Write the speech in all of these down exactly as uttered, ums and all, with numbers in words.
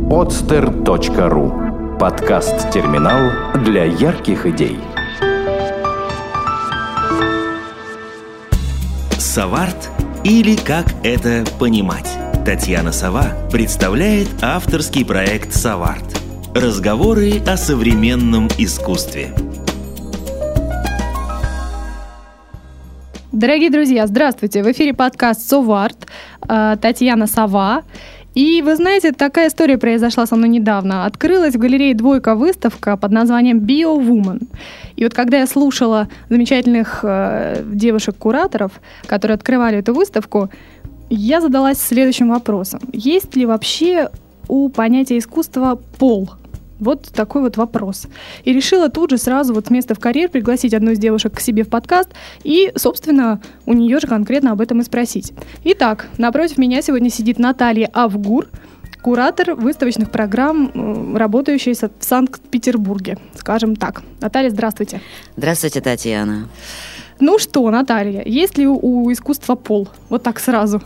подстер точка ру. Подкаст-терминал для ярких идей. Саварт или как это понимать? Татьяна Сова представляет авторский проект «Саварт». Разговоры о современном искусстве. Дорогие друзья, здравствуйте! В эфире подкаст «Саварт», Татьяна Сова. И вы знаете, такая история произошла со мной недавно. Открылась в галерее «Двойка» выставка под названием «BioWoman». И вот когда я слушала замечательных э, девушек-кураторов, которые открывали эту выставку, я задалась следующим вопросом. Есть ли вообще у понятия искусства пол? Вот такой вот вопрос. И решила тут же сразу вот с места в карьер пригласить одну из девушек к себе в подкаст и, собственно, у нее же конкретно об этом и спросить. Итак, напротив меня сегодня сидит Наталья Авгур, куратор выставочных программ, работающая в Санкт-Петербурге, скажем так. Наталья, здравствуйте. Здравствуйте, Татьяна. Ну что, Наталья, есть ли у искусства пол? Вот так сразу.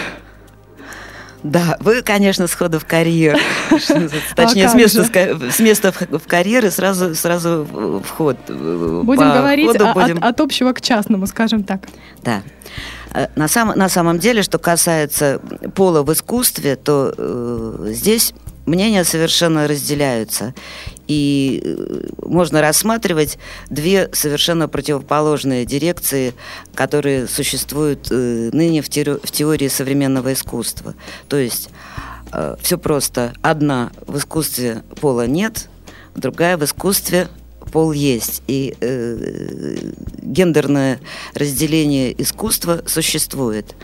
Да, вы, конечно, сходу в карьер. Точнее, с места, с места в карьер и сразу, сразу вход. Будем говорить о, будем... От, от общего к частному, скажем так. Да. На, сам, на самом деле, что касается пола в искусстве, то э, здесь мнения совершенно разделяются. И можно рассматривать две совершенно противоположные дирекции, которые существуют э, ныне в, теори- в теории современного искусства. То есть э, все просто. Одна в искусстве пола нет, другая в искусстве пол есть. И э, гендерное разделение искусства существует.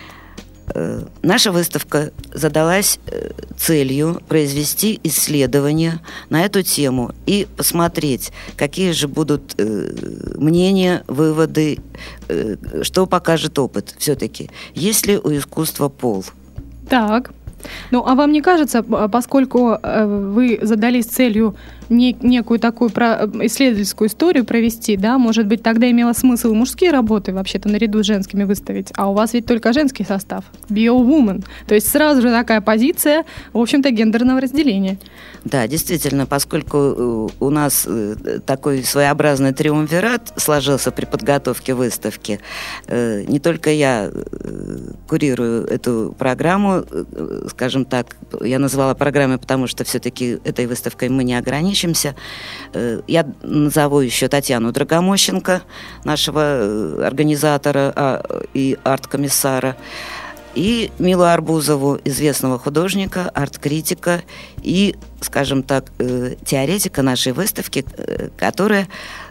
Наша выставка задалась целью произвести исследование на эту тему и посмотреть, какие же будут мнения, выводы, что покажет опыт все-таки. Есть ли у искусства пол? Так. Ну, а вам не кажется, поскольку вы задались целью не, некую такую про, исследовательскую историю провести, да, может быть, тогда имело смысл и мужские работы вообще-то наряду с женскими выставить, а у вас ведь только женский состав, BioWoman, то есть сразу же такая позиция, в общем-то, гендерного разделения. Да, действительно, поскольку у нас такой своеобразный триумвират сложился при подготовке выставки, не только я курирую эту программу, скажем так, я назвала программой, потому что все-таки этой выставкой мы не ограничимся. Я назову еще Татьяну Драгомощенко, нашего организатора и арт-комиссара, и Милу Арбузову, известного художника, арт-критика и, скажем так, теоретика нашей выставки, которая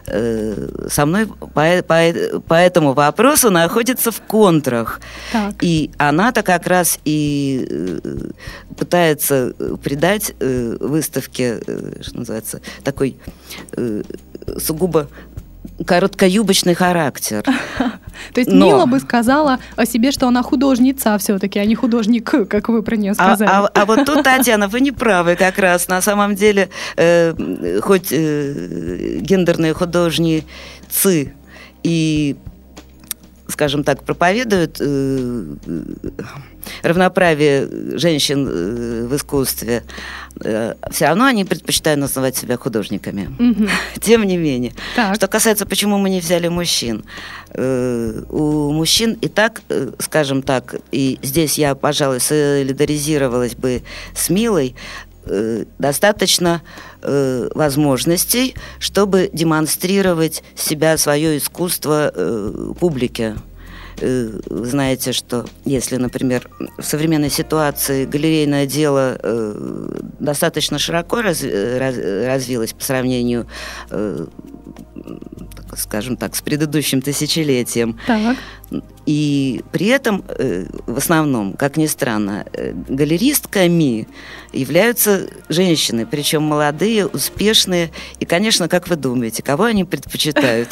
со мной по, по, по этому вопросу находится в контрах. Так. И она-то как раз и пытается придать выставке, что называется, такой сугубо короткоюбочный характер. То есть Но... Мила бы сказала о себе, что она художница все-таки, а не художник, как вы про нее сказали. А, а, а вот тут, Татьяна, вы не правы как раз. На самом деле, э, хоть э, гендерные художницы и, скажем так, проповедуют э, равноправие женщин э, в искусстве, э, все равно они предпочитают называть себя художниками. Mm-hmm. Тем не менее. Так. Что касается, почему мы не взяли мужчин. Э, у мужчин и так, э, скажем так, и здесь я, пожалуй, солидаризировалась бы с Милой, э, достаточно э, возможностей, чтобы демонстрировать себя, свое искусство э, публике. Вы знаете, что если, например, в современной ситуации галерейное дело э, достаточно широко раз, раз, развилось по сравнению, э, скажем так, с предыдущим тысячелетием. Так. И при этом, э, в основном, как ни странно, э, галеристками являются женщины, причем молодые, успешные. И, конечно, как вы думаете, кого они предпочитают?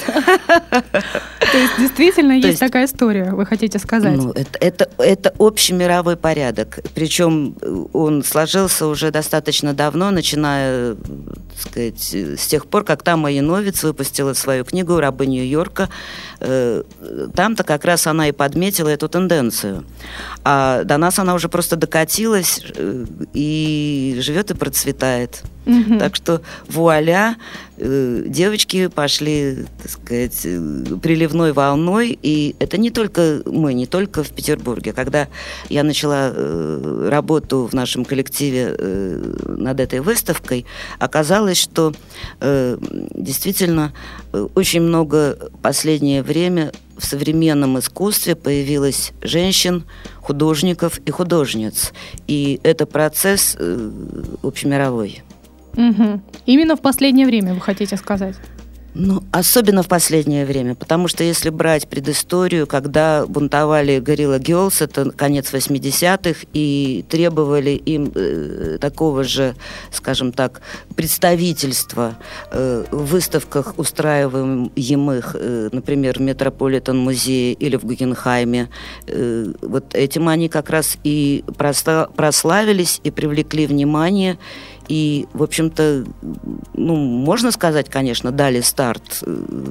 То есть действительно есть такая история, вы хотите сказать? Ну, это, это, это общий мировой порядок. Причем он сложился уже достаточно давно, начиная так сказать, с тех пор, как Тама Яновец выпустила свою книгу «Рабы Нью-Йорка», э, там-то как раз она и подметила эту тенденцию. А до нас она уже просто докатилась э, и живет и процветает. Mm-hmm. Так что вуаля, э, девочки пошли, так сказать, приливной волной, и это не только мы, не только в Петербурге. Когда я начала э, работу в нашем коллективе э, над этой выставкой, оказалось, что э, действительно э, очень много в последнее время в современном искусстве появилось женщин, художников и художниц. И это процесс э, общемировой. Угу. Именно в последнее время, вы хотите сказать? Ну, особенно в последнее время, потому что если брать предысторию, когда бунтовали Gorilla Girls, это конец восьмидесятых, и требовали им э, такого же, скажем так, представительства э, в выставках, устраиваемых, э, например, в Метрополитен-музее или в Гугенхайме, э, вот этим они как раз и прославились, и привлекли внимание. И, в общем-то, ну, можно сказать, конечно, дали старт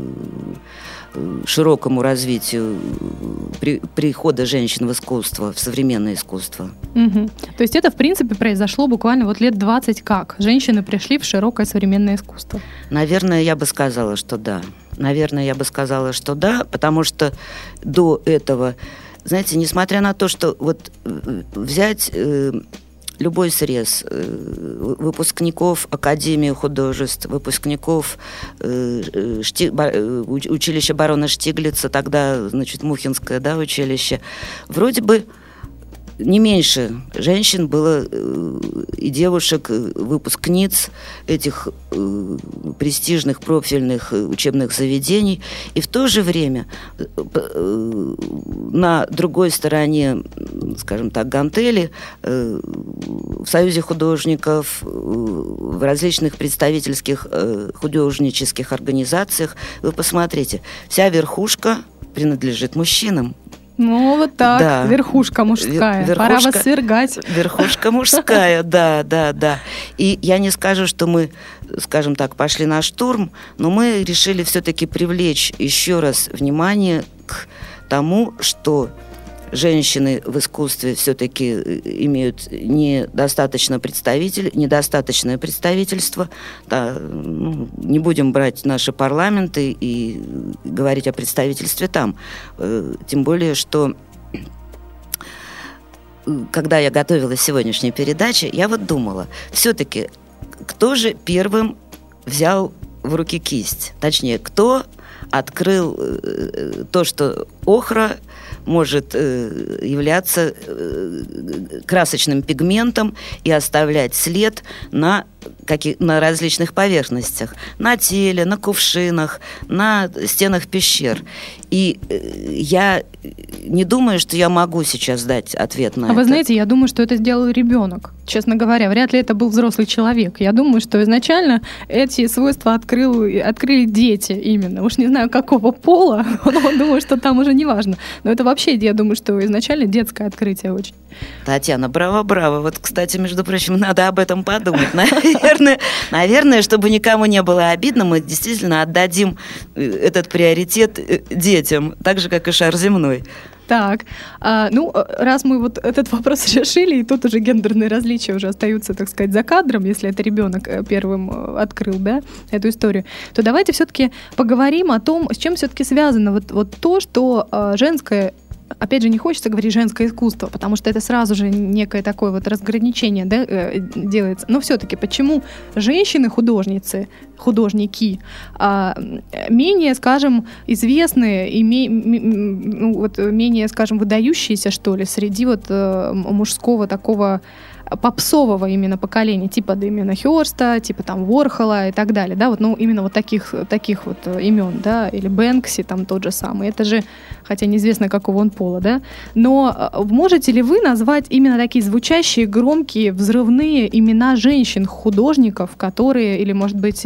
широкому развитию при, прихода женщин в искусство, в современное искусство. Угу. То есть это, в принципе, произошло буквально вот лет двадцать как? Женщины пришли в широкое современное искусство? Наверное, я бы сказала, что да. Наверное, я бы сказала, что да, потому что до этого, знаете, несмотря на то, что вот взять... Э, любой срез э, выпускников Академии художеств, выпускников э, Шти, э, училища барона Штиглица, тогда, значит, Мухинское, да, училище, вроде бы не меньше женщин было э, и девушек, выпускниц этих э, престижных профильных учебных заведений. И в то же время э, э, на другой стороне, скажем так, гантели, э, в Союзе художников, э, в различных представительских э, художнических организациях, вы посмотрите, вся верхушка принадлежит мужчинам. Ну, вот так, да. Верхушка мужская, Верхушка, пора вас свергать. Верхушка мужская, да, да, да. И я не скажу, что мы, скажем так, пошли на штурм, но мы решили все-таки привлечь еще раз внимание к тому, что женщины в искусстве все-таки имеют недостаточно представитель, недостаточное представительство. Да, ну, не будем брать наши парламенты и говорить о представительстве там. Тем более, что когда я готовилась к сегодняшней передаче, я вот думала, все-таки кто же первым взял в руки кисть? Точнее, кто открыл то, что охра может э, являться э, красочным пигментом и оставлять след на, каких, на различных поверхностях. На теле, на кувшинах, на стенах пещер. И э, я не думаю, что я могу сейчас дать ответ на а это. А вы знаете, я думаю, что это сделал ребенок. Честно говоря, вряд ли это был взрослый человек. Я думаю, что изначально эти свойства открыл, открыли дети именно. Уж не знаю, какого пола, но думаю, что там уже не важно. Но это вообще, я думаю, что изначально детское открытие очень. Татьяна, браво-браво. Вот, кстати, между прочим, надо об этом подумать. Наверное, наверное, чтобы никому не было обидно, мы действительно отдадим этот приоритет детям, так же, как и шар земной. Так, а, ну, раз мы вот этот вопрос решили, и тут уже гендерные различия уже остаются, так сказать, за кадром, если это ребенок первым открыл, да, эту историю, то давайте все-таки поговорим о том, с чем все-таки связано вот, вот то, что а, женское, опять же, не хочется говорить женское искусство, потому что это сразу же некое такое вот разграничение, да, делается. Но все-таки почему женщины-художницы, художники а, менее, скажем, известные и ме, м, вот, менее, скажем, выдающиеся, что ли, среди вот мужского такого попсового именно поколения, типа Дэмиана Хёрста, типа там Ворхола и так далее, да, вот, ну, именно вот таких, таких вот имен, да, или Бэнкси там тот же самый, это же, хотя неизвестно, какого он пола, да, но можете ли вы назвать именно такие звучащие, громкие, взрывные имена женщин-художников, которые, или, может быть,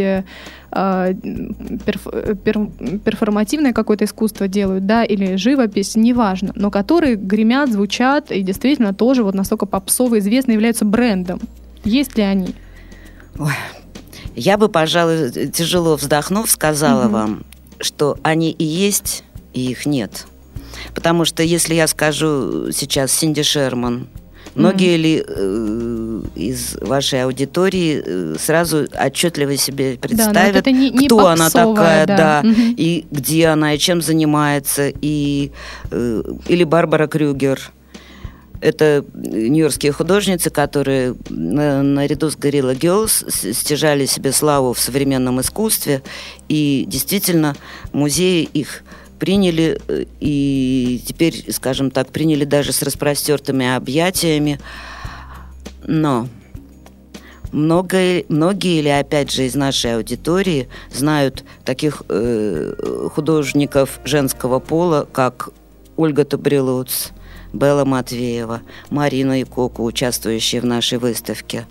перф, пер, перформативное какое-то искусство делают, да, или живопись, неважно, но которые гремят, звучат и действительно тоже вот настолько попсово известны, являются брендом. Есть ли они? Ой. Я бы, пожалуй, тяжело вздохнув, сказала угу. вам, что они и есть, и их нет. Потому что если я скажу сейчас Синди Шерман, многие mm. ли э, из вашей аудитории э, сразу отчетливо себе представят, да, не, не кто попсовая, она такая, да, да mm-hmm. и где она, и чем занимается, и, э, или Барбара Крюгер. Это нью-йоркские художницы, которые на, наряду с Guerrilla Girls стяжали себе славу в современном искусстве, и действительно музеи их приняли, и теперь, скажем так, приняли даже с распростертыми объятиями. Но многие, многие или опять же из нашей аудитории знают таких э, художников женского пола, как Ольга Табрилуц, Белла Матвеева, Марина Икоку, участвующие в нашей выставке,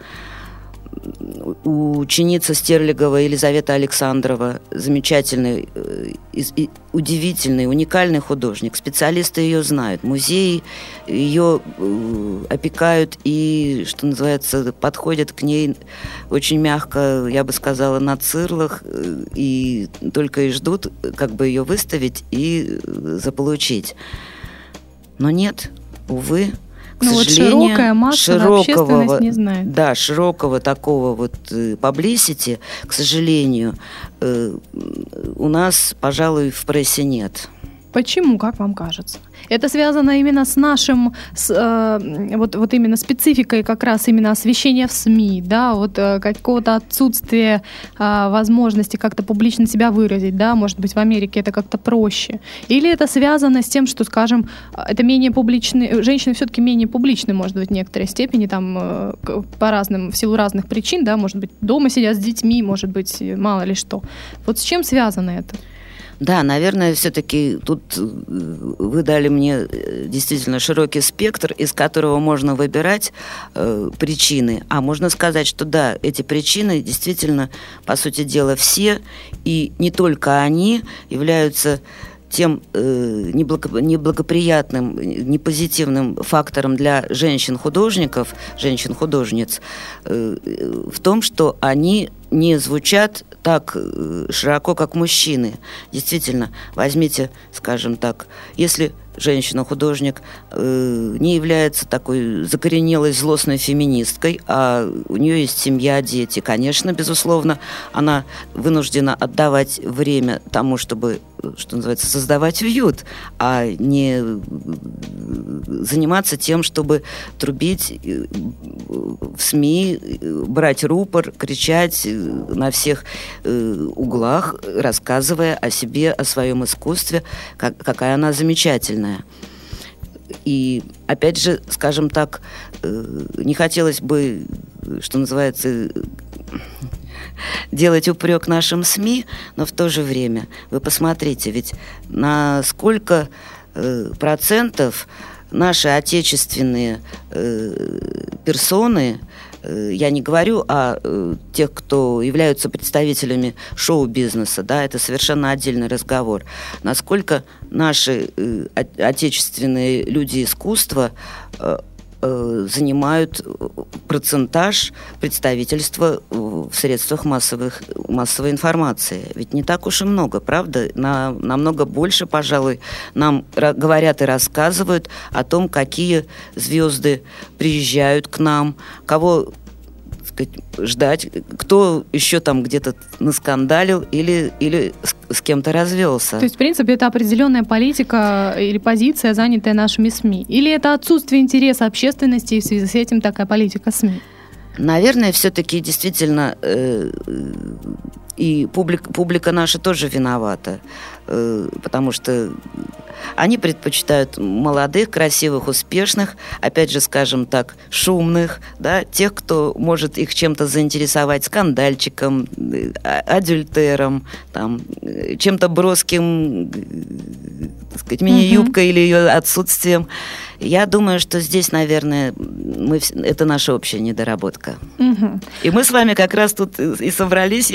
ученица Стерлигова Елизавета Александрова, замечательный, удивительный, уникальный художник. Специалисты ее знают. Музеи ее опекают и, что называется, подходят к ней очень мягко, я бы сказала, на цирлах, и только и ждут, как бы ее выставить и заполучить. Но нет, увы, к ну сожалению, вот широкая масса, широкого, не знает. Да, широкого такого вот паблисити, к сожалению, э, у нас, пожалуй, в прессе нет. Почему, как вам кажется? Это связано именно с нашим, с, э, вот, вот именно спецификой как раз именно освещения в СМИ, да, вот э, какого-то отсутствия э, возможности как-то публично себя выразить, да, может быть, в Америке это как-то проще. Или это связано с тем, что, скажем, это менее публичные, женщины все-таки менее публичны, может быть, в некоторой степени, там, э, по разным, в силу разных причин, да, может быть, дома сидят с детьми, может быть, мало ли что. Вот с чем связано это? Да, наверное, все-таки тут вы дали мне действительно широкий спектр, из которого можно выбирать э, причины. А можно сказать, что да, эти причины действительно, по сути дела, все, и не только они являются тем э, неблаго, неблагоприятным, непозитивным фактором для женщин-художников, женщин-художниц, э, в том, что они не звучат так широко, как мужчины. Действительно, возьмите, скажем так, если женщина-художник э, не является такой закоренелой злостной феминисткой, а у нее есть семья, дети, конечно, безусловно, она вынуждена отдавать время тому, чтобы, что называется, создавать уют, а не заниматься тем, чтобы трубить в СМИ, брать рупор, кричать на всех э, углах, рассказывая о себе, о своем искусстве, как, какая она замечательная. И, опять же, скажем так, э, не хотелось бы, что называется, делать упрек нашим СМИ, но в то же время, вы посмотрите, ведь на сколько э, процентов наши отечественные э, персоны, э, я не говорю о э, тех, кто являются представителями шоу-бизнеса, да, это совершенно отдельный разговор, насколько наши э, отечественные люди искусства э, э, занимают процентаж представительства в средствах массовых, массовой информации. Ведь не так уж и много, правда? На, намного больше, пожалуй, нам ра- говорят и рассказывают о том, какие звезды приезжают к нам, кого сказать, ждать, кто еще там где-то наскандалил или, или с, с кем-то развелся. То есть, в принципе, это определенная политика или позиция, занятая нашими СМИ? Или это отсутствие интереса общественности и в связи с этим такая политика СМИ? Наверное, все-таки действительно э, и публика, публика наша тоже виновата, э, потому что они предпочитают молодых, красивых, успешных, опять же, скажем так, шумных, да, тех, кто может их чем-то заинтересовать, скандальчиком, адюльтером, там, чем-то броским, так сказать, мини-юбкой uh-huh. или ее отсутствием. Я думаю, что здесь, наверное, мы, это наша общая недоработка. Uh-huh. И мы с вами как раз тут и собрались, я надеюсь,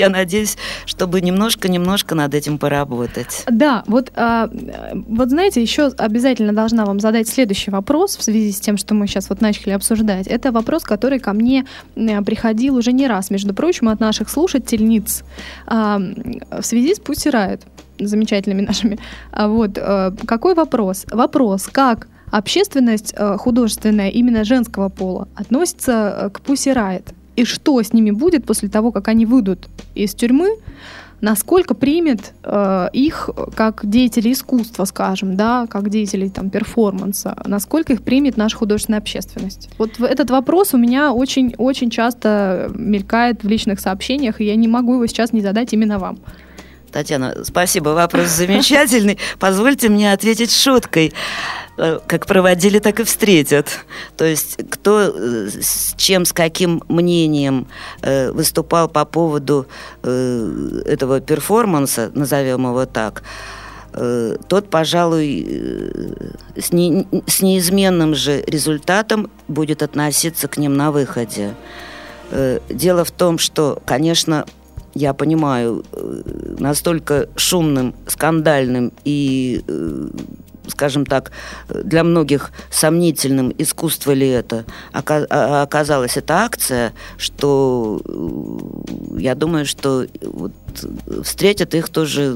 надеюсь, чтобы немножко-немножко над этим поработать. Да, вот, а, вот знаете, еще обязательно должна вам задать следующий вопрос в связи с тем, что мы сейчас вот начали обсуждать. Это вопрос, который ко мне приходил уже не раз, между прочим, от наших слушательниц а, в связи с Pussy Riot, замечательными нашими. А вот, а, какой вопрос? Вопрос, как общественность а, художественная именно женского пола относится к Pussy Riot? И что с ними будет после того, как они выйдут из тюрьмы? Насколько примет э, их как деятелей искусства, скажем, да, как деятелей там, перформанса, насколько их примет наша художественная общественность? Вот этот вопрос у меня очень-очень часто мелькает в личных сообщениях, и я не могу его сейчас не задать именно вам. Татьяна, спасибо, вопрос замечательный. Позвольте мне ответить шуткой. Как проводили, так и встретят. То есть кто с чем, с каким мнением э, выступал по поводу э, этого перформанса, назовем его так, э, тот, пожалуй, э, с, не, с неизменным же результатом будет относиться к ним на выходе. Э, дело в том, что, конечно, я понимаю, э, настолько шумным, скандальным и э, скажем так, для многих сомнительным, искусство ли это, оказалась эта акция, что я думаю, что вот встретят их тоже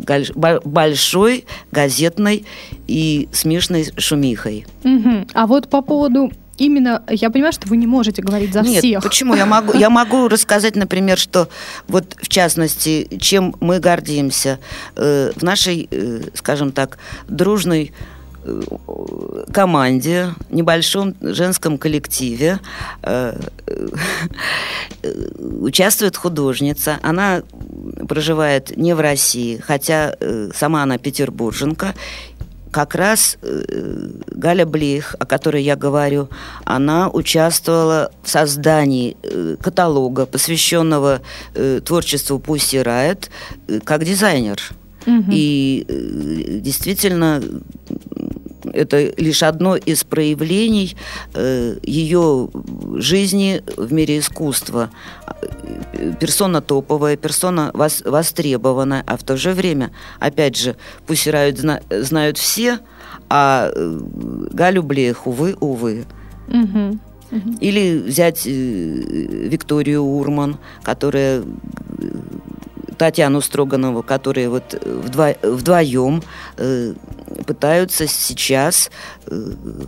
большой газетной и смешной шумихой. Угу. А вот по поводу... Именно, я понимаю, что вы не можете говорить за Нет, всех. Почему? Я могу, я могу рассказать, например, что вот в частности, чем мы гордимся э, в нашей, э, скажем так, дружной э, команде, небольшом женском коллективе э, э, участвует художница. Она проживает не в России, хотя э, сама она петербурженка. Как раз э, Галя Блейх, о которой я говорю, она участвовала в создании э, каталога, посвященного э, творчеству Pussy Riot, э, как дизайнер. Угу. И э, действительно, это лишь одно из проявлений э, ее жизни в мире искусства. Персона топовая, персона вос, востребованная, а в то же время, опять же, Pussy Riot зна, знают все, а Галю Блейх, увы, увы. Угу. Угу. Или взять э, Викторию Урман, которая... Татьяну Строганову, которые вот вдво, вдвоем э, пытаются сейчас э,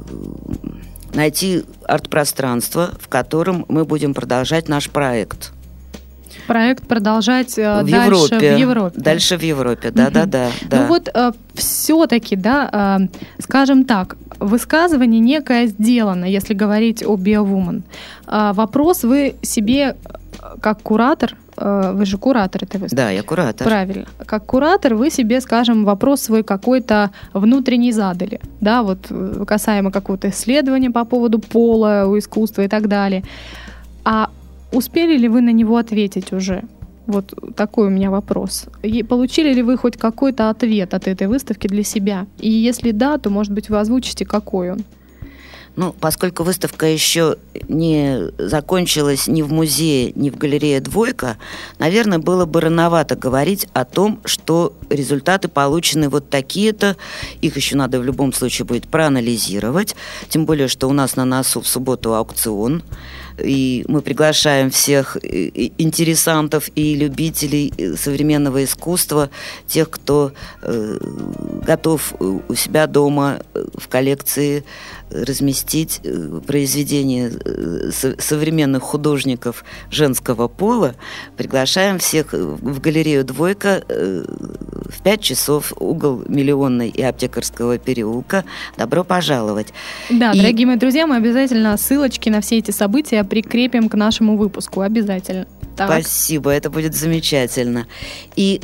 найти арт-пространство, в котором мы будем продолжать наш проект. Проект продолжать э, в дальше Европе, в Европе. Дальше в Европе, да-да-да. Угу. Да. Ну вот э, все-таки, да, э, скажем так, высказывание некое сделано, если говорить о BioWoman. Э, вопрос вы себе, как куратор, э, вы же куратор этой выставки. Да, я куратор. Правильно. Как куратор вы себе, скажем, вопрос свой какой-то внутренний задали, да, вот касаемо какого-то исследования по поводу пола у искусства и так далее. А успели ли вы на него ответить уже? Вот такой у меня вопрос. И получили ли вы хоть какой-то ответ от этой выставки для себя? И если да, то, может быть, вы озвучите, какой он? Ну, поскольку выставка еще не закончилась ни в музее, ни в галерее «Двойка», наверное, было бы рановато говорить о том, что результаты получены вот такие-то. Их еще надо в любом случае будет проанализировать. Тем более, что у нас на носу в субботу аукцион. И мы приглашаем всех интересантов и любителей современного искусства, тех, кто э, готов у себя дома в коллекции разместить произведения современных художников женского пола. Приглашаем всех в галерею «Двойка» в пять часов, угол Миллионной и Аптекарского переулка. Добро пожаловать. Да, и... дорогие мои друзья, мы обязательно ссылочки на все эти события прикрепим к нашему выпуску. Обязательно. Так. Спасибо, это будет замечательно. И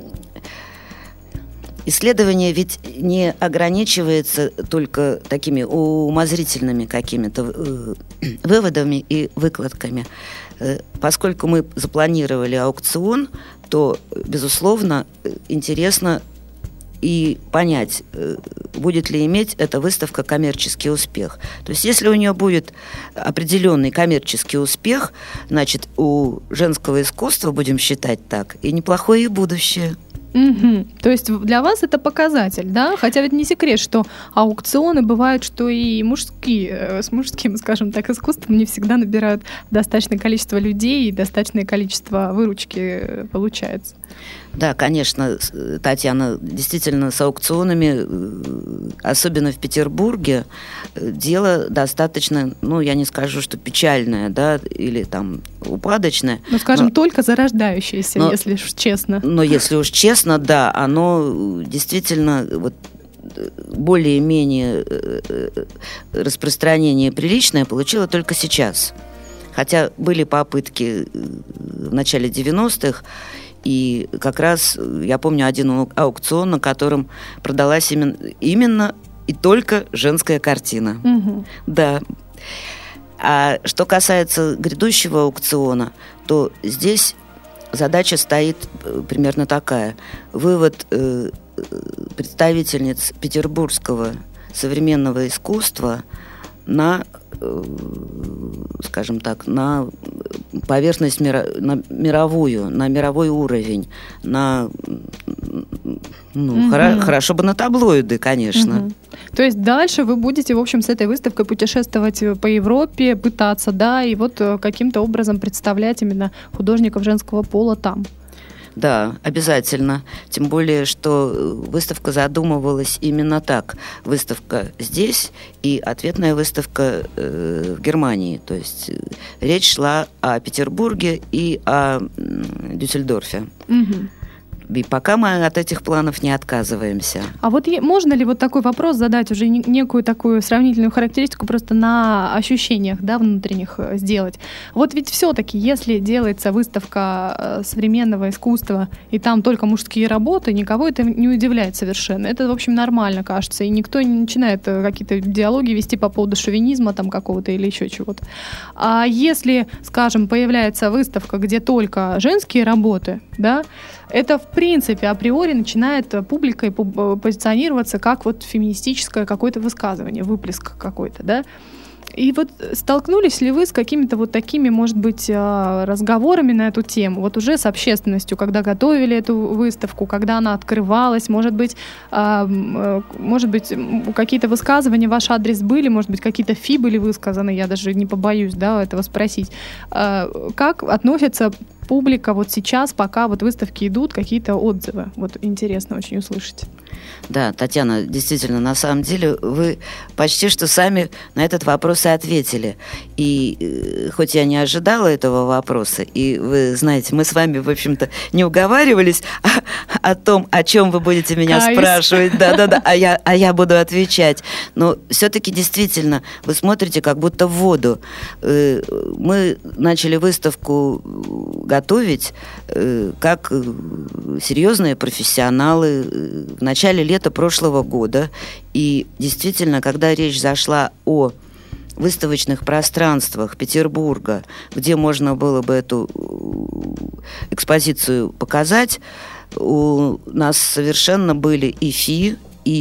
исследование ведь не ограничивается только такими умозрительными какими-то выводами и выкладками. Поскольку мы запланировали аукцион, то, безусловно, интересно и понять, будет ли иметь эта выставка коммерческий успех. То есть если у нее будет определенный коммерческий успех, значит, у женского искусства, будем считать так, и неплохое и будущее. Угу. То есть для вас это показатель, да? Хотя ведь не секрет, что аукционы бывают, что и мужские, с мужским, скажем так, искусством не всегда набирают достаточное количество людей и достаточное количество выручки получается. Да, конечно, Татьяна, действительно, с аукционами, особенно в Петербурге, дело достаточно, ну, я не скажу, что печальное, да, или там упадочное. Ну, скажем, но, только зарождающееся, но, если уж честно. Но если уж честно, да, оно действительно вот более-менее распространение приличное получило только сейчас. Хотя были попытки в начале девяностых, и как раз я помню один аукцион, на котором продалась именно, именно и только женская картина. Угу. Да. А что касается грядущего аукциона, то здесь задача стоит примерно такая. Вывод э, представительниц петербургского современного искусства на, э, скажем так, на поверхность мира, на мировую, на мировой уровень, на, ну, угу. хоро, хорошо бы на таблоиды, конечно. Угу. То есть дальше вы будете, в общем, с этой выставкой путешествовать по Европе, пытаться, да, и вот каким-то образом представлять именно художников женского пола там. Да, обязательно. Тем более, что выставка задумывалась именно так. Выставка здесь и ответная выставка э, в Германии. То есть речь шла о Петербурге и о Дюссельдорфе. Угу. И пока мы от этих планов не отказываемся. А вот можно ли вот такой вопрос задать, уже некую такую сравнительную характеристику просто на ощущениях, да, внутренних сделать? Вот ведь все-таки, если делается выставка современного искусства, и там только мужские работы, никого это не удивляет совершенно. Это, в общем, нормально, кажется, и никто не начинает какие-то диалоги вести по поводу шовинизма там какого-то или еще чего-то. А если, скажем, появляется выставка, где только женские работы, да, это, в принципе, априори начинает публикой позиционироваться как вот феминистическое какое-то высказывание, выплеск какой-то, да? И вот столкнулись ли вы с какими-то вот такими, может быть, разговорами на эту тему, вот уже с общественностью, когда готовили эту выставку, когда она открывалась, может быть, может быть, какие-то высказывания в ваш адрес были, может быть, какие-то фи были высказаны, я даже не побоюсь, да, этого спросить. Как относятся публика вот сейчас, пока вот выставки идут, какие-то отзывы? Вот интересно очень услышать. Да, Татьяна, действительно, на самом деле вы почти что сами на этот вопрос и ответили. И э, хоть я не ожидала этого вопроса, и вы знаете, мы с вами, в общем-то, не уговаривались о, о том, о чем вы будете меня Кайс. спрашивать, да-да-да, а я, а я буду отвечать. Но все-таки действительно, вы смотрите как будто в воду. Э, мы начали выставку готовить э, как э, серьезные профессионалы э, в начале лета прошлого года. И действительно, когда речь зашла о выставочных пространствах Петербурга, где можно было бы эту экспозицию показать, у нас совершенно были и фи,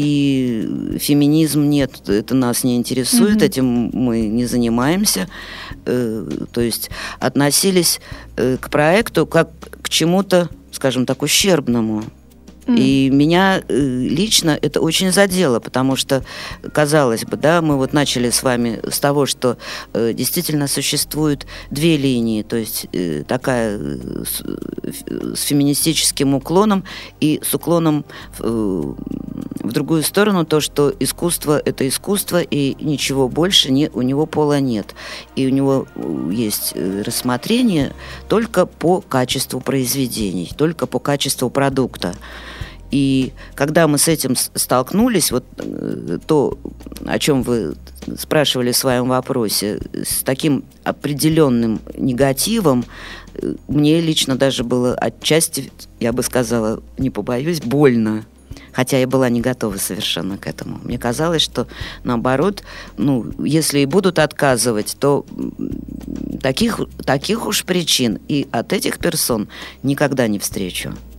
и феминизм нет, это нас не интересует, mm-hmm. этим мы не занимаемся. Э, то есть относились э, к проекту как к чему-то, скажем так, ущербному. Mm. И меня э, лично это очень задело, потому что, казалось бы, да, мы вот начали с вами с того, что э, действительно существуют две линии, то есть э, такая э, с, э, с феминистическим уклоном и с уклоном э, в другую сторону, то, что искусство – это искусство, и ничего больше не, у него пола нет. И у него есть рассмотрение только по качеству произведений, только по качеству продукта. И когда мы с этим столкнулись, вот то, о чем вы спрашивали в своем вопросе, с таким определенным негативом, мне лично даже было отчасти, я бы сказала, не побоюсь, больно. Хотя я была не готова совершенно к этому. Мне казалось, что наоборот, ну, если и будут отказывать, то таких, таких уж причин и от этих персон никогда не встречу.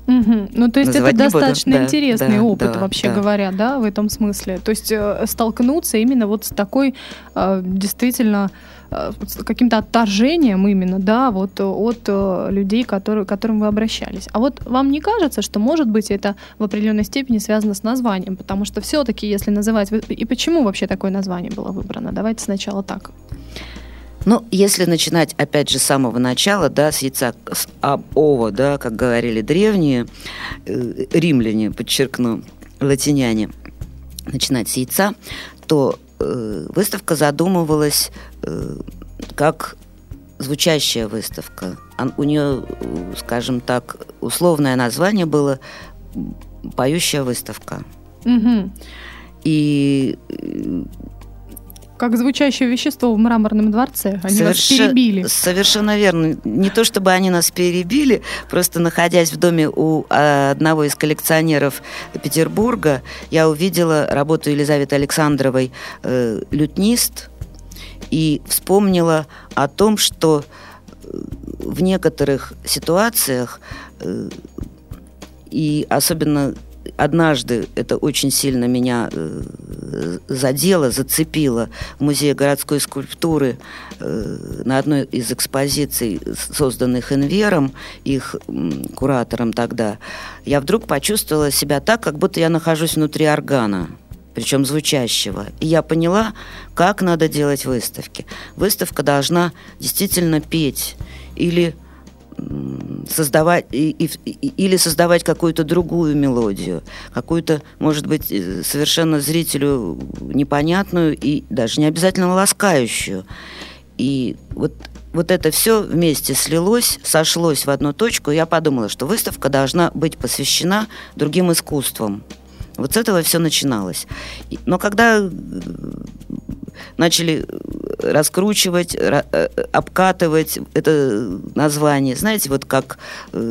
Угу. Ну, то есть Называть это не буду. достаточно Да, интересный да, опыт, да, вообще да. говоря, да, в этом смысле. То есть э, столкнуться именно вот с такой э, действительно э, с каким-то отторжением именно, да, вот от э, людей, которые, к которым вы обращались. А вот вам не кажется, что, может быть, это в определенной степени связано с названием? Потому что все-таки, если называть... И почему вообще такое название было выбрано? Давайте сначала так. Ну, если начинать, опять же, с самого начала, да, с яйца, с об-ова, да, как говорили древние, э, римляне, подчеркну, латиняне, начинать с яйца, то э, выставка задумывалась э, как звучащая выставка. А у нее, скажем так, условное название было «Поющая выставка». Угу. И... Как звучащее вещество в Мраморном дворце. Они Соверш... вас перебили. Совершенно верно. Не то чтобы они нас перебили, просто находясь в доме у одного из коллекционеров Петербурга, я увидела работу Елизаветы Александровой э, «Лютнист» и вспомнила о том, что в некоторых ситуациях э, и особенно однажды это очень сильно меня э, задело, зацепило в Музее городской скульптуры э, на одной из экспозиций, созданных Инвером, их м, куратором тогда. Я вдруг почувствовала себя так, как будто я нахожусь внутри органа, причем звучащего. И я поняла, как надо делать выставки. Выставка должна действительно петь или создавать и, и, или создавать какую-то другую мелодию, какую-то, может быть, совершенно зрителю непонятную и даже не обязательно ласкающую. И вот, вот это все вместе слилось, сошлось в одну точку, и я подумала, что выставка должна быть посвящена другим искусствам. Вот с этого все начиналось. Но когда начали раскручивать, обкатывать это название, знаете, вот как,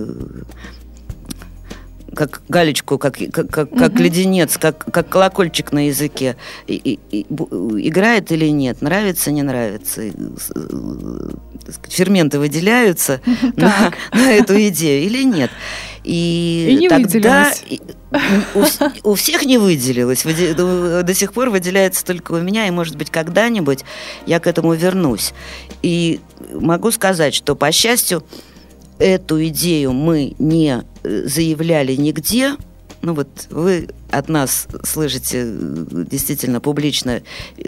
как галечку, как, как, как, как угу. леденец, как, как колокольчик на языке. И, и, и, играет или нет, нравится, не нравится. Ферменты выделяются на, на эту идею или нет. И, и не тогда выделилось. У, у всех не выделилось. До, до сих пор выделяется только у меня, и, может быть, когда-нибудь я к этому вернусь. И могу сказать, что, по счастью, эту идею мы не заявляли нигде. Ну вот вы от нас слышите действительно публично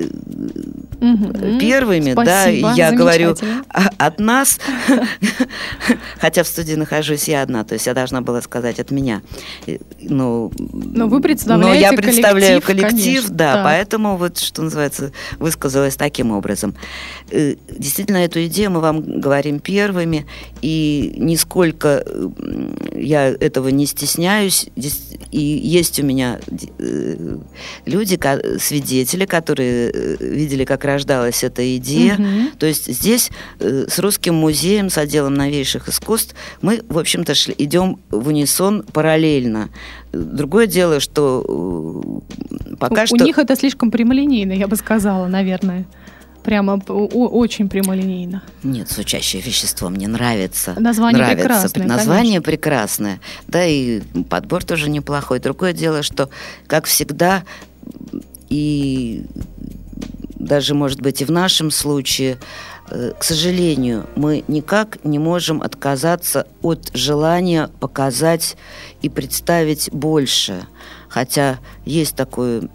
угу. первыми, Спасибо, да, я говорю от нас, хотя в студии нахожусь я одна, то есть я должна была сказать от меня. Ну, но вы представляете но я представляю коллектив, коллектив да, да, поэтому вот, что называется, высказалась таким образом. Действительно, эту идею мы вам говорим первыми, и нисколько я этого не стесняюсь, и есть у меня люди, свидетели, которые видели, как рождалась эта идея. Mm-hmm. То есть здесь с Русским музеем, с отделом новейших искусств мы, в общем-то, шли, идем в унисон параллельно. Другое дело, что пока у, что... У них это слишком прямолинейно, я бы сказала, наверное. Прямо очень прямолинейно. Нет, звучащее вещество мне нравится. Название нравится. прекрасное, Название конечно. прекрасное. Да, и подбор тоже неплохой. Другое дело, что, как всегда, и даже, может быть, и в нашем случае, к сожалению, мы никак не можем отказаться от желания показать и представить больше. Хотя есть такое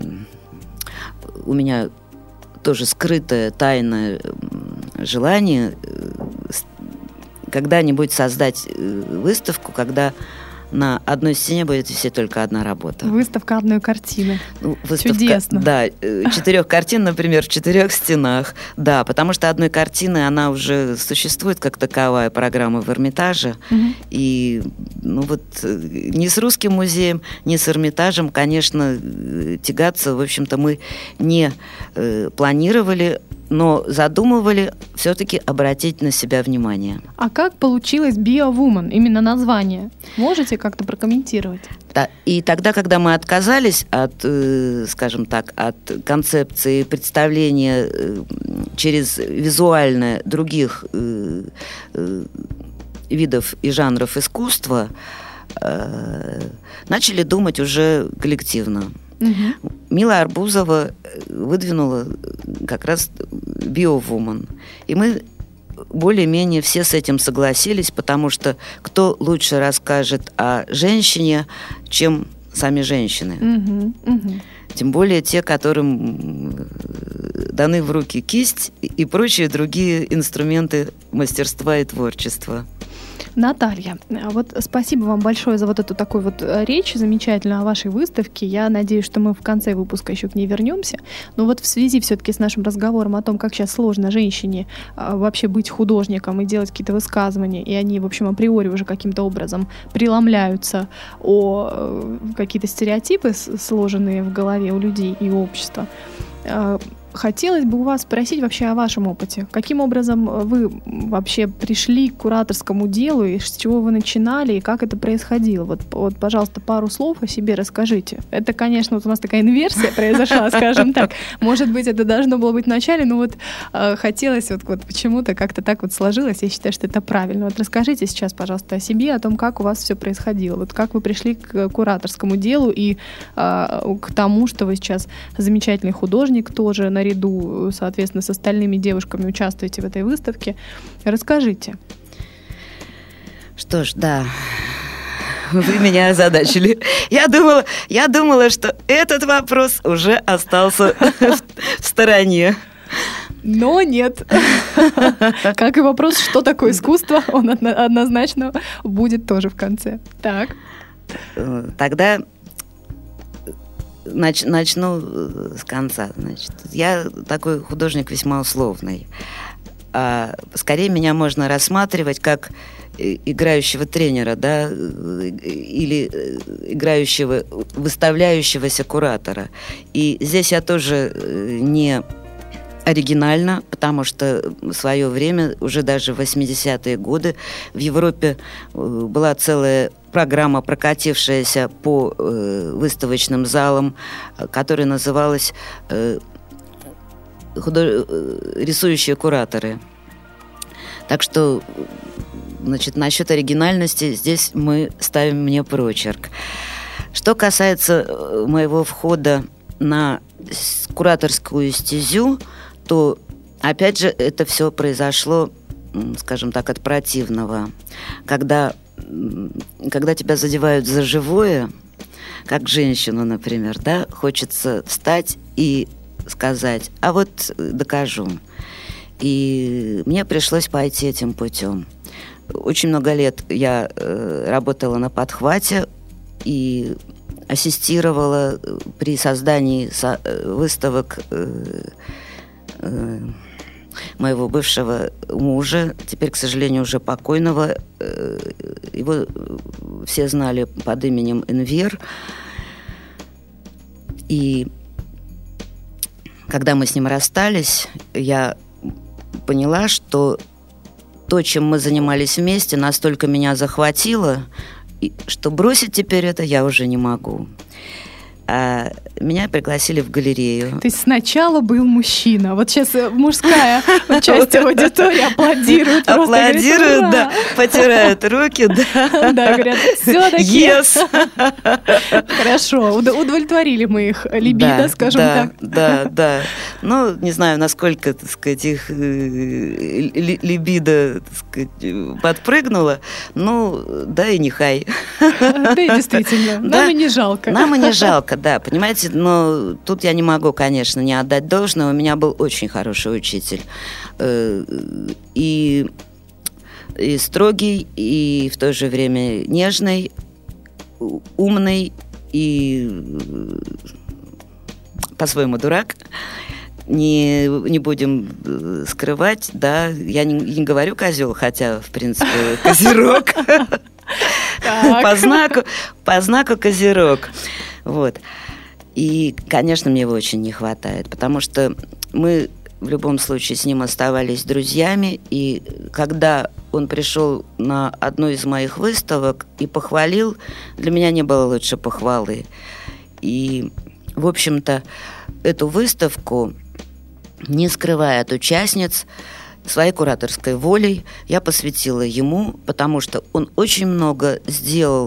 у меня тоже скрытое, тайное желание когда-нибудь создать выставку, когда на одной стене будет висеть только одна работа. Выставка одной картины. Ну, выставка, чудесно. Да, четырех картин, например, в четырех стенах. Да, потому что одной картины, она уже существует как таковая, программа в Эрмитаже. Угу. И ну вот ни с Русским музеем, ни с Эрмитажем, конечно, тягаться, в общем-то, мы не э, планировали, но задумывали все-таки обратить на себя внимание. А как получилось BioWoman, именно название? Можете как-то прокомментировать? Да, и тогда, когда мы отказались от, э, скажем так, от концепции представления э, через визуальное других э, э, видов и жанров искусства, э, начали думать уже коллективно. Угу. Мила Арбузова выдвинула как раз биовумен. И мы более-менее все с этим согласились, потому что кто лучше расскажет о женщине, чем сами женщины. Угу. Угу. Тем более те, которым даны в руки кисть и прочие другие инструменты мастерства и творчества. Наталья, вот спасибо вам большое за вот эту такую вот речь замечательную о вашей выставке. Я надеюсь, что мы в конце выпуска еще к ней вернемся. Но вот в связи все-таки с нашим разговором о том, как сейчас сложно женщине вообще быть художником и делать какие-то высказывания, и они, в общем, априори уже каким-то образом преломляются о какие-то стереотипы, сложенные в голове у людей и у общества. Хотелось бы у вас спросить вообще о вашем опыте. Каким образом вы вообще пришли к кураторскому делу, и с чего вы начинали, и как это происходило? Вот, вот, пожалуйста, пару слов о себе расскажите. Это, конечно, вот у нас такая инверсия произошла, скажем так. Может быть, это должно было быть в начале, но вот э, хотелось, вот, вот почему-то как-то так вот сложилось. Я считаю, что это правильно. Вот расскажите сейчас, пожалуйста, о себе, о том, как у вас все происходило. Вот как вы пришли к кураторскому делу и э, к тому, что вы сейчас замечательный художник тоже, наряду, соответственно, с остальными девушками участвуете в этой выставке. Расскажите. Что ж, да, вы меня озадачили. Я думала, я думала, что этот вопрос уже остался в стороне. Но нет. Как и вопрос, что такое искусство, он однозначно будет тоже в конце. Так. Тогда Нач, начну с конца. Значит, я такой художник весьма условный. А, скорее меня можно рассматривать как играющего тренера, да, или играющего, выставляющегося куратора. И здесь я тоже не оригинально, потому что в свое время, уже даже в восьмидесятые годы, в Европе была целая программа, прокатившаяся по э, выставочным залам, которая называлась э, худож... «Рисующие кураторы». Так что, значит, насчет оригинальности здесь мы ставим мне прочерк. Что касается моего входа на кураторскую стезю, то, опять же, это все произошло, скажем так, от противного. Когда Когда тебя задевают за живое, как женщину, например, да, хочется встать и сказать: а вот докажу. И мне пришлось пойти этим путем. Очень много лет я э, работала на подхвате и ассистировала при создании со- выставок э, э, моего бывшего мужа, теперь, к сожалению, уже покойного. Его все знали под именем Энвер. И когда мы с ним расстались, я поняла, что то, чем мы занимались вместе, настолько меня захватило, что бросить теперь это я уже не могу. А меня пригласили в галерею. То есть сначала был мужчина. Вот сейчас мужская часть аудитории аплодирует. Аплодируют, да, потирают руки, да. Да, говорят, все-таки. Yes. Хорошо, удовлетворили мы их либидо, скажем так. Да, да. Ну, не знаю, насколько, так сказать, их либидо, так сказать, подпрыгнуло. Ну, да и нехай. Да и действительно, нам и не жалко. Нам и не жалко. Да, понимаете, но тут я не могу, конечно, не отдать должное. У меня был очень хороший учитель. И, и строгий, и в то же время нежный, умный и по-своему дурак. Не, не будем скрывать, да. Я не, не говорю козел, хотя, в принципе, козерог. По знаку, по знаку козерог. Вот. И, конечно, мне его очень не хватает, потому что мы в любом случае с ним оставались друзьями, и когда он пришел на одну из моих выставок и похвалил, для меня не было лучше похвалы. И, в общем-то, эту выставку, не скрывая от участниц, своей кураторской волей я посвятила ему, потому что он очень много сделал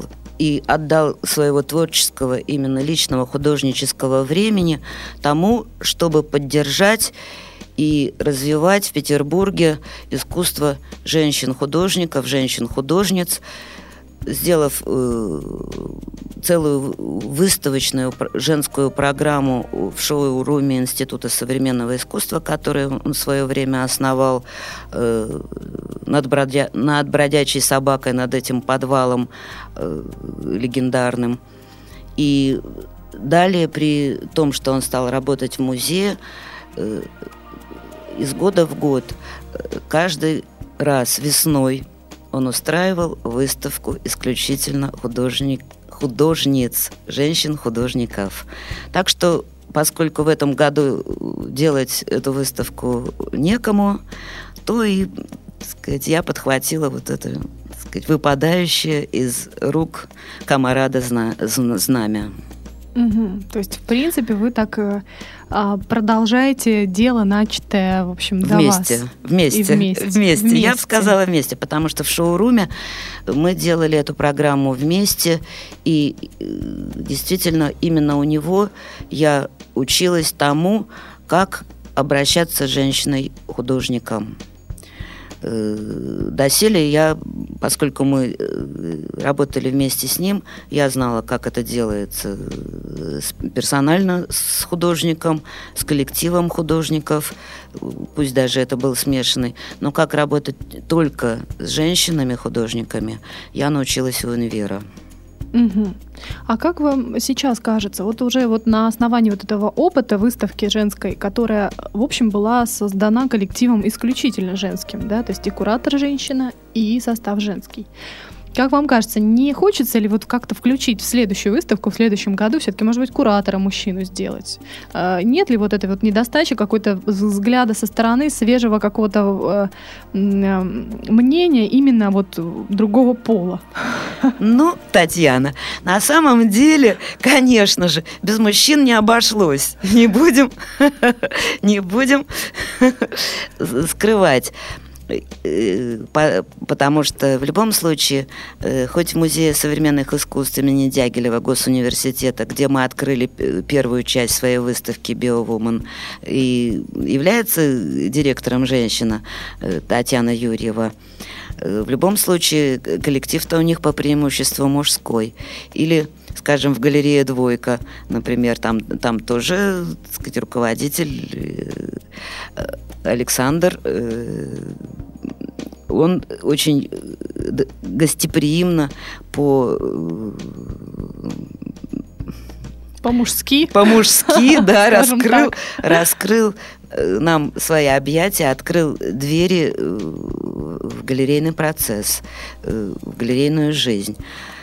и отдал своего творческого, именно личного художнического времени тому, чтобы поддержать и развивать в Петербурге искусство женщин-художников, женщин-художниц, сделав э, целую выставочную женскую программу в шоу-руме Института современного искусства, который он в свое время основал, э, над, бродя... над бродячей собакой, над этим подвалом э, легендарным. И далее, при том, что он стал работать в музее, э, из года в год, каждый раз весной он устраивал выставку исключительно художник, художниц, женщин-художников. Так что, поскольку в этом году делать эту выставку некому, то и, так сказать, я подхватила вот это, так сказать, выпадающее из рук комарада знамя. Угу. То есть, в принципе, вы так а, продолжаете дело, начатое, в общем, до вместе, вас. Вместе, вместе, вместе. вместе. Я бы сказала вместе, потому что в шоу-руме мы делали эту программу вместе, и действительно именно у него я училась тому, как обращаться с женщиной-художником. Доселе я, поскольку мы работали вместе с ним, я знала, как это делается персонально с художником, с коллективом художников, пусть даже это был смешанный, но как работать только с женщинами-художниками, я научилась у универа. Угу. А как вам сейчас кажется, вот уже вот на основании вот этого опыта выставки женской, которая, в общем, была создана коллективом исключительно женским, да, то есть и куратор женщина, и состав женский. Как вам кажется, не хочется ли вот как-то включить в следующую выставку, в следующем году все-таки, может быть, куратора мужчину сделать? Нет ли вот этой вот недостачи, какой-то взгляда со стороны, свежего какого-то мнения именно вот другого пола? Ну, Татьяна, на самом деле, конечно же, без мужчин не обошлось. Не будем, не будем скрывать. Потому что в любом случае, хоть в Музее современных искусств имени Дягилева Госуниверситета, где мы открыли первую часть своей выставки «Биовумен», и является директором женщина Татьяна Юрьева, в любом случае коллектив-то у них по преимуществу мужской. Или, скажем, в галерее «Двойка», например, там, там тоже, так сказать, руководитель Александр, он очень гостеприимно по... По-мужски. По-мужски, да, раскрыл, раскрыл нам свои объятия, открыл двери в галерейный процесс, в галерейную жизнь.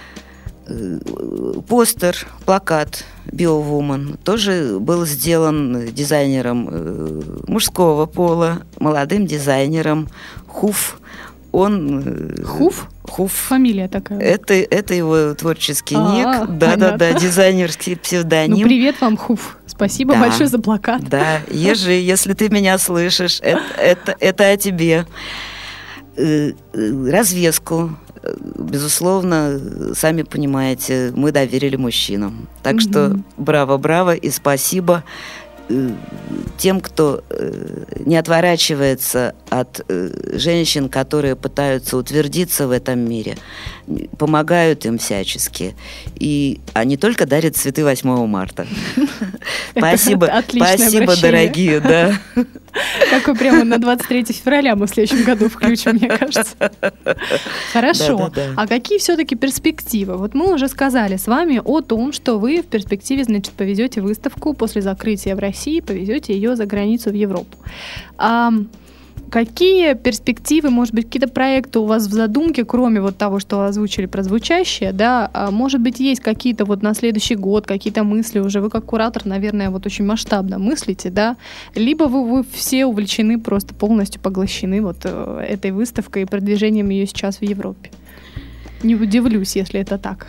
Постер, плакат «Биовумен» тоже был сделан дизайнером мужского пола, молодым дизайнером Хуф. Он... Хуф? Хуф. Фамилия такая. Это, это его творческий А-а, ник. Да-да-да, дизайнерский псевдоним. Ну, привет вам, Хуф. Спасибо да, большое за плакат. Да, Ежи, если ты меня слышишь, это, это, это о тебе. Развеску, безусловно, сами понимаете, мы доверили мужчинам. Так mm-hmm. что браво-браво и спасибо тем, кто не отворачивается от женщин, которые пытаются утвердиться в этом мире, помогают им всячески. И они только дарят цветы восьмого марта. Спасибо, спасибо, дорогие, да. Какой прямо на двадцать третьего февраля мы в следующем году включим, мне кажется. Хорошо. Да, да, да. А какие все-таки перспективы? Вот мы уже сказали с вами о том, что вы в перспективе, значит, повезете выставку после закрытия в России, повезете ее за границу в Европу. А какие перспективы, может быть, какие-то проекты у вас в задумке, кроме вот того, что озвучили про звучащее, да, а может быть, есть какие-то вот на следующий год, какие-то мысли уже, вы как куратор, наверное, вот очень масштабно мыслите, да, либо вы, вы все увлечены, просто полностью поглощены вот э, этой выставкой и продвижением ее сейчас в Европе? Не удивлюсь, если это так.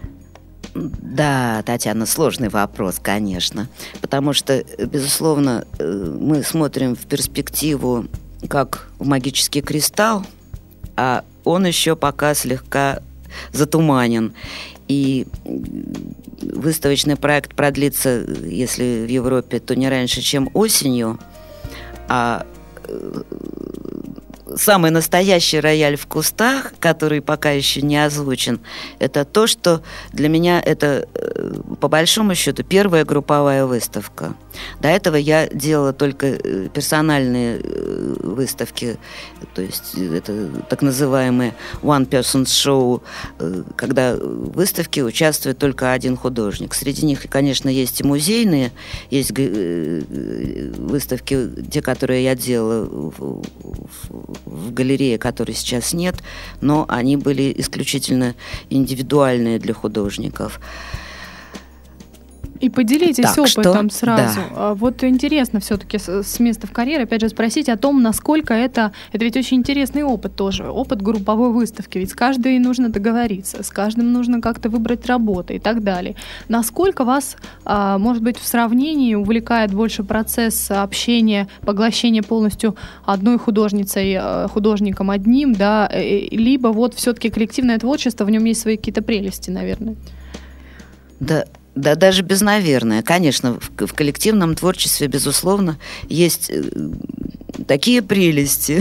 Да, Татьяна, сложный вопрос, конечно, потому что, безусловно, мы смотрим в перспективу как в магический кристалл, а он еще пока слегка затуманен. И выставочный проект продлится, если в Европе, то не раньше, чем осенью. А самый настоящий рояль в кустах, который пока еще не озвучен, это то, что для меня это, по большому счету, первая групповая выставка. До этого я делала только персональные выставки, то есть это так называемые one-person show, когда в выставке участвует только один художник. Среди них, конечно, есть и музейные, есть выставки, те, которые я делала в, в галерее, которой сейчас нет, но они были исключительно индивидуальные для художников. И поделитесь так опытом что, сразу. Да. Вот интересно все-таки с, с места в карьере, опять же, спросить о том, насколько это... Это ведь очень интересный опыт тоже, опыт групповой выставки. Ведь с каждой нужно договориться, с каждым нужно как-то выбрать работу и так далее. Насколько вас, а, может быть, в сравнении увлекает больше процесс общения, поглощения полностью одной художницей, художником одним, да, либо вот все-таки коллективное творчество, в нем есть свои какие-то прелести, наверное? Да. Да, даже без «наверное». Конечно, в, в коллективном творчестве, безусловно, есть э, такие прелести.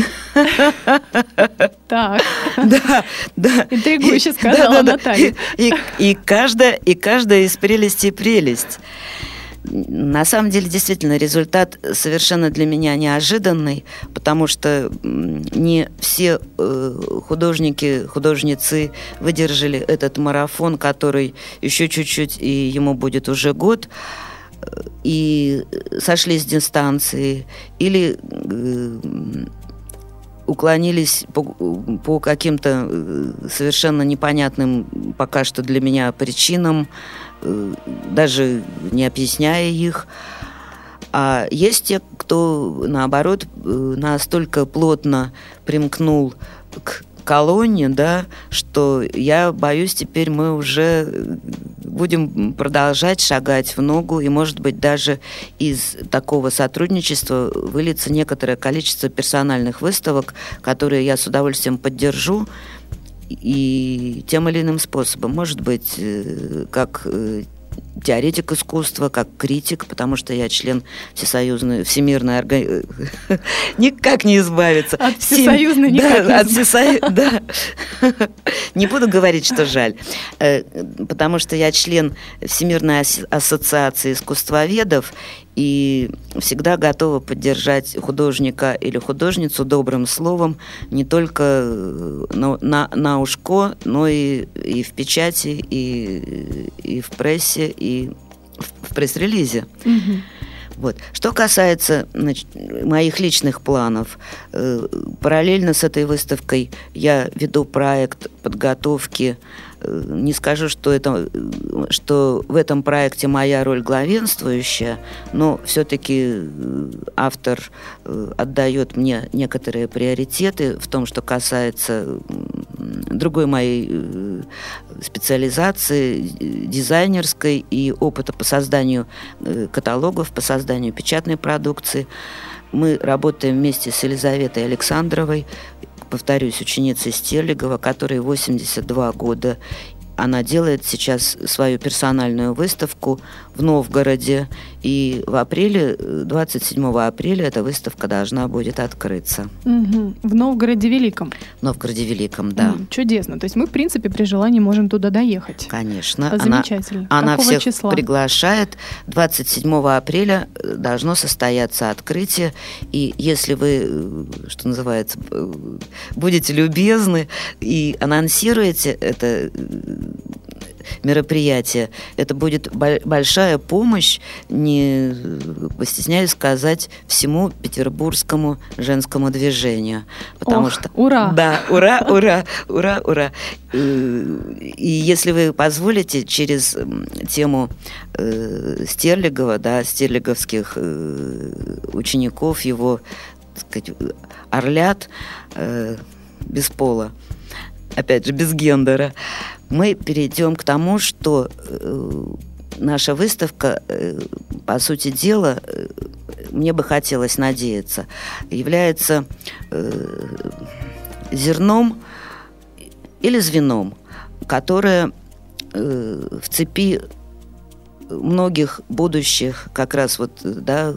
Так. Да, да. Интригующе сказала Наталья. И каждая из прелестей прелесть. На самом деле, действительно, результат совершенно для меня неожиданный, потому что не все художники, художницы выдержали этот марафон, который еще чуть-чуть, и ему будет уже год, и сошли с дистанции, или уклонились по, по каким-то совершенно непонятным пока что для меня причинам, даже не объясняя их. А есть те, кто, наоборот, настолько плотно примкнул к колонне, да, что я боюсь, теперь мы уже будем продолжать шагать в ногу, и, может быть, даже из такого сотрудничества выльется некоторое количество персональных выставок, которые я с удовольствием поддержу, и тем или иным способом. Может быть, как теоретик искусства, как критик, потому что я член всесоюзной, всемирной организации. Никак не избавиться. От всесоюзной никак не избавиться. Да. Не буду говорить, что жаль. Потому что я член Всемирной ассоциации искусствоведов, и всегда готова поддержать художника или художницу добрым словом не только на, на, на ушко, но и, и в печати, и, и в прессе, и в, в пресс-релизе. Mm-hmm. Вот. Что касается, значит, моих личных планов, э, параллельно с этой выставкой я веду проект подготовки. Э, не скажу, что, это, что в этом проекте моя роль главенствующая, но все-таки автор э, отдает мне некоторые приоритеты в том, что касается другой моей э, специализации, дизайнерской, и опыта по созданию э, каталогов, по созданию печатной продукции. Мы работаем вместе с Елизаветой Александровой, повторюсь, ученицей Стерлигова, которой восемьдесят два года. Она делает сейчас свою персональную выставку в Новгороде, и в апреле, двадцать седьмого апреля эта выставка должна будет открыться. Угу. В Новгороде Великом? В Новгороде Великом, да. Угу. Чудесно. То есть мы, в принципе, при желании можем туда доехать. Конечно. Замечательно. Она, она всех числа? приглашает. двадцать седьмого апреля должно состояться открытие, и если вы, что называется, будете любезны и анонсируете это мероприятие, это будет большая помощь, не постесняюсь сказать, всему петербургскому женскому движению. Потому Ох, что... Ура! Да, ура, ура, ура, ура. И если вы позволите, через тему Стерлигова, да, стерлиговских учеников, его, так сказать, орлят без пола, опять же, без гендера, мы перейдем к тому, что э, наша выставка, э, по сути дела, э, мне бы хотелось надеяться, является э, зерном или звеном, которое э, в цепи многих будущих как раз вот, да,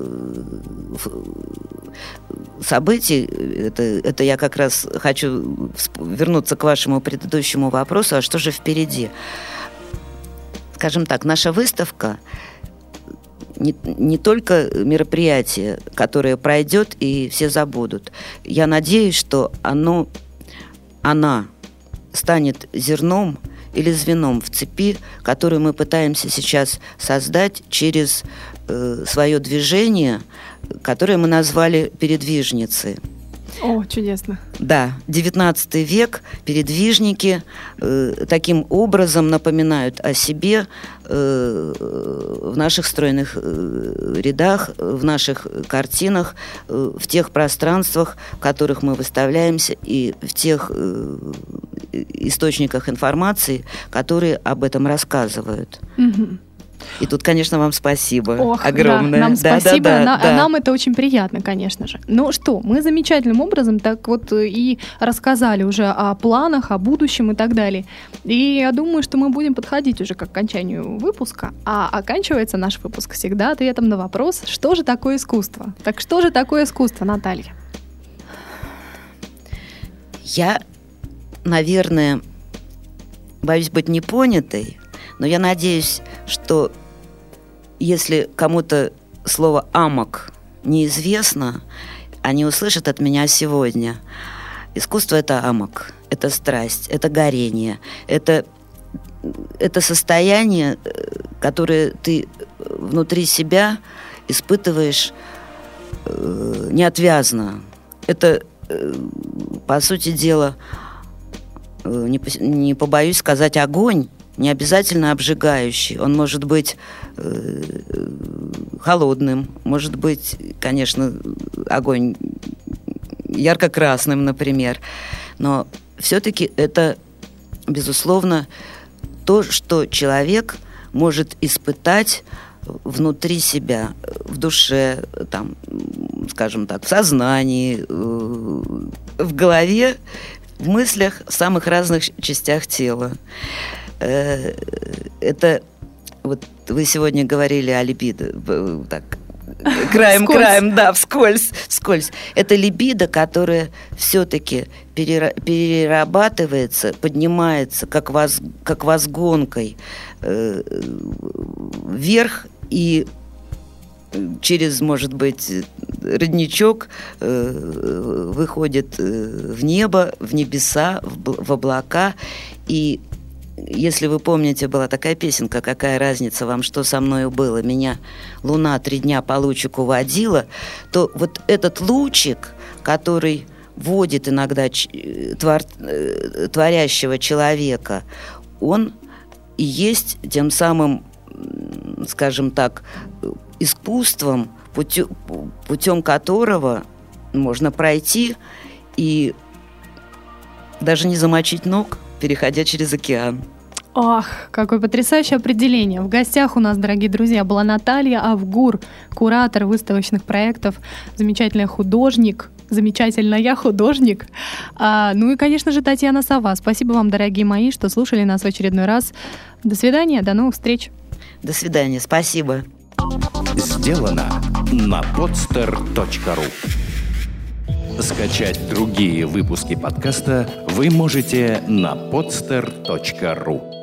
событий, это, это я как раз хочу вернуться к вашему предыдущему вопросу, а что же впереди? Скажем так, наша выставка не, не только мероприятие, которое пройдет и все забудут. Я надеюсь, что оно, она станет зерном или звеном в цепи, которую мы пытаемся сейчас создать через э, свое движение, которое мы назвали «Передвижницы». О, чудесно. Да, девятнадцатый век, передвижники э, таким образом напоминают о себе э, в наших стройных э, рядах, в наших картинах, э, в тех пространствах, в которых мы выставляемся, и в тех э, источниках информации, которые об этом рассказывают. Угу. И тут, конечно, вам спасибо. Ох, огромное. Да, нам да, спасибо, да, да, на, да. нам это очень приятно, конечно же. Ну что, мы замечательным образом так вот и рассказали уже о планах, о будущем и так далее. И я думаю, что мы будем подходить уже к окончанию выпуска, а оканчивается наш выпуск всегда ответом на вопрос, что же такое искусство? Так что же такое искусство, Наталья? Я, наверное, боюсь быть непонятой, но я надеюсь, что если кому-то слово «амок» неизвестно, они услышат от меня сегодня. Искусство – это амок, это страсть, это горение, это, это состояние, которое ты внутри себя испытываешь э, неотвязно. Это, э, по сути дела, э, не, не побоюсь сказать, огонь, не обязательно обжигающий. Он может быть э, холодным, может быть, конечно, огонь ярко-красным, например. Но все-таки это, безусловно, то, что человек может испытать внутри себя, в душе, там, скажем так, в сознании, в голове, в мыслях, в самых разных частях тела. Это вот вы сегодня говорили о либидо, так, краем-краем, да, вскользь, вскользь. Это либидо, которое все-таки перерабатывается, поднимается, как, воз, как возгонкой э, вверх и через, может быть, родничок э, выходит в небо, в небеса, в, в облака. И если вы помните, была такая песенка «Какая разница вам, что со мною было? Меня луна три дня по лучику водила», то вот этот лучик, который водит иногда твор, творящего человека, он и есть тем самым, скажем так, искусством, путем, путем которого можно пройти и даже не замочить ног, переходя через океан. Ох, какое потрясающее определение. В гостях у нас, дорогие друзья, была Наталья Авгур, куратор выставочных проектов, замечательный художник, замечательная художник. А, ну и, конечно же, Татьяна Сова. Спасибо вам, дорогие мои, что слушали нас в очередной раз. До свидания, до новых встреч. До свидания, спасибо. Сделано на podster точка ру. Скачать другие выпуски подкаста вы можете на podster точка ру.